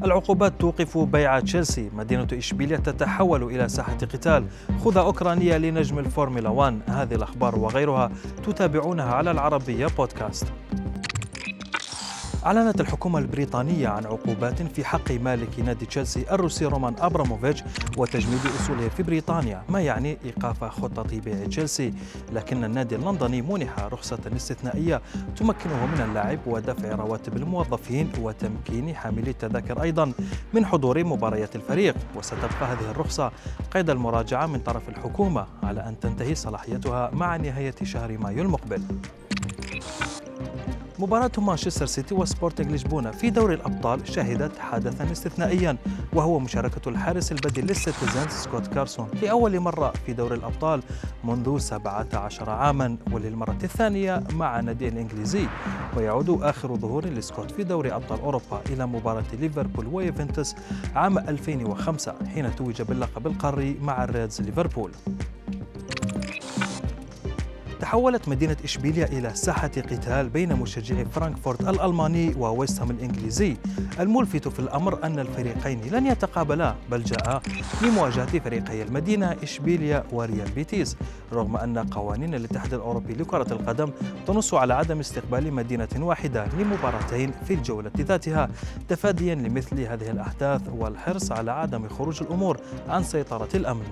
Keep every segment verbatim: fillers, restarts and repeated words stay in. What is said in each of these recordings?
العقوبات توقف بيع تشيلسي. مدينة إشبيلية تتحول إلى ساحة قتال. خوذة أوكرانية لنجم الفورمولا واحد. هذه الأخبار وغيرها تتابعونها على العربية بودكاست. أعلنت الحكومة البريطانية عن عقوبات في حق مالك نادي تشيلسي الروسي رومان أبراموفيتش وتجميد أصوله في بريطانيا، ما يعني إيقاف خطة بيع تشيلسي. لكن النادي اللندني منح رخصة استثنائية تمكنه من اللعب ودفع رواتب الموظفين وتمكين حاملي التذاكر أيضا من حضور مباريات الفريق. وستبقى هذه الرخصة قيد المراجعة من طرف الحكومة على أن تنتهي صلاحيتها مع نهاية شهر مايو المقبل. مباراة مانشستر سيتي وسبورتنغ لشبونة في دوري الأبطال شهدت حدثا استثنائيا، وهو مشاركة الحارس البديل للسيتيزنز سكوت كارسون لأول مرة في دوري الأبطال منذ سبعة عشر عاما، وللمرة الثانية مع نادي الإنجليزي. ويعود آخر ظهور لسكوت في دوري أبطال أوروبا إلى مباراة ليفربول ويوفنتوس عام ألفين وخمسة حين توج باللقب القاري مع الريدز ليفربول. تحولت مدينة إشبيلية إلى ساحة قتال بين مشجعي فرانكفورت الألماني وويست هام الإنجليزي. الملفت في الأمر أن الفريقين لن يتقابلا، بل جاء لمواجهة فريقي المدينة إشبيلية وريال بيتيس، رغم أن قوانين الاتحاد الأوروبي لكرة القدم تنص على عدم استقبال مدينة واحدة لمباراتين في الجولة ذاتها، تفاديا لمثل هذه الأحداث والحرص على عدم خروج الأمور عن سيطرة الأمن.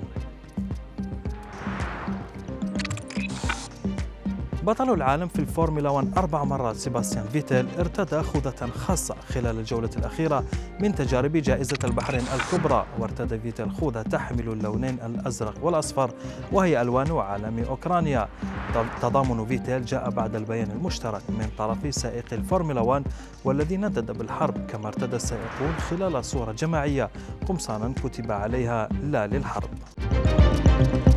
بطل العالم في الفورمولا واحد أربع مرات سيباستيان فيتيل ارتدى خوذة خاصة خلال الجولة الأخيرة من تجارب جائزة البحرين الكبرى، وارتدى فيتيل خوذة تحمل اللونين الأزرق والأصفر وهي ألوان علم أوكرانيا. تضامن فيتيل جاء بعد البيان المشترك من طرف سائق الفورمولا واحد والذي ندد بالحرب، كما ارتدى السائقون خلال صورة جماعية قمصانا كتب عليها لا للحرب.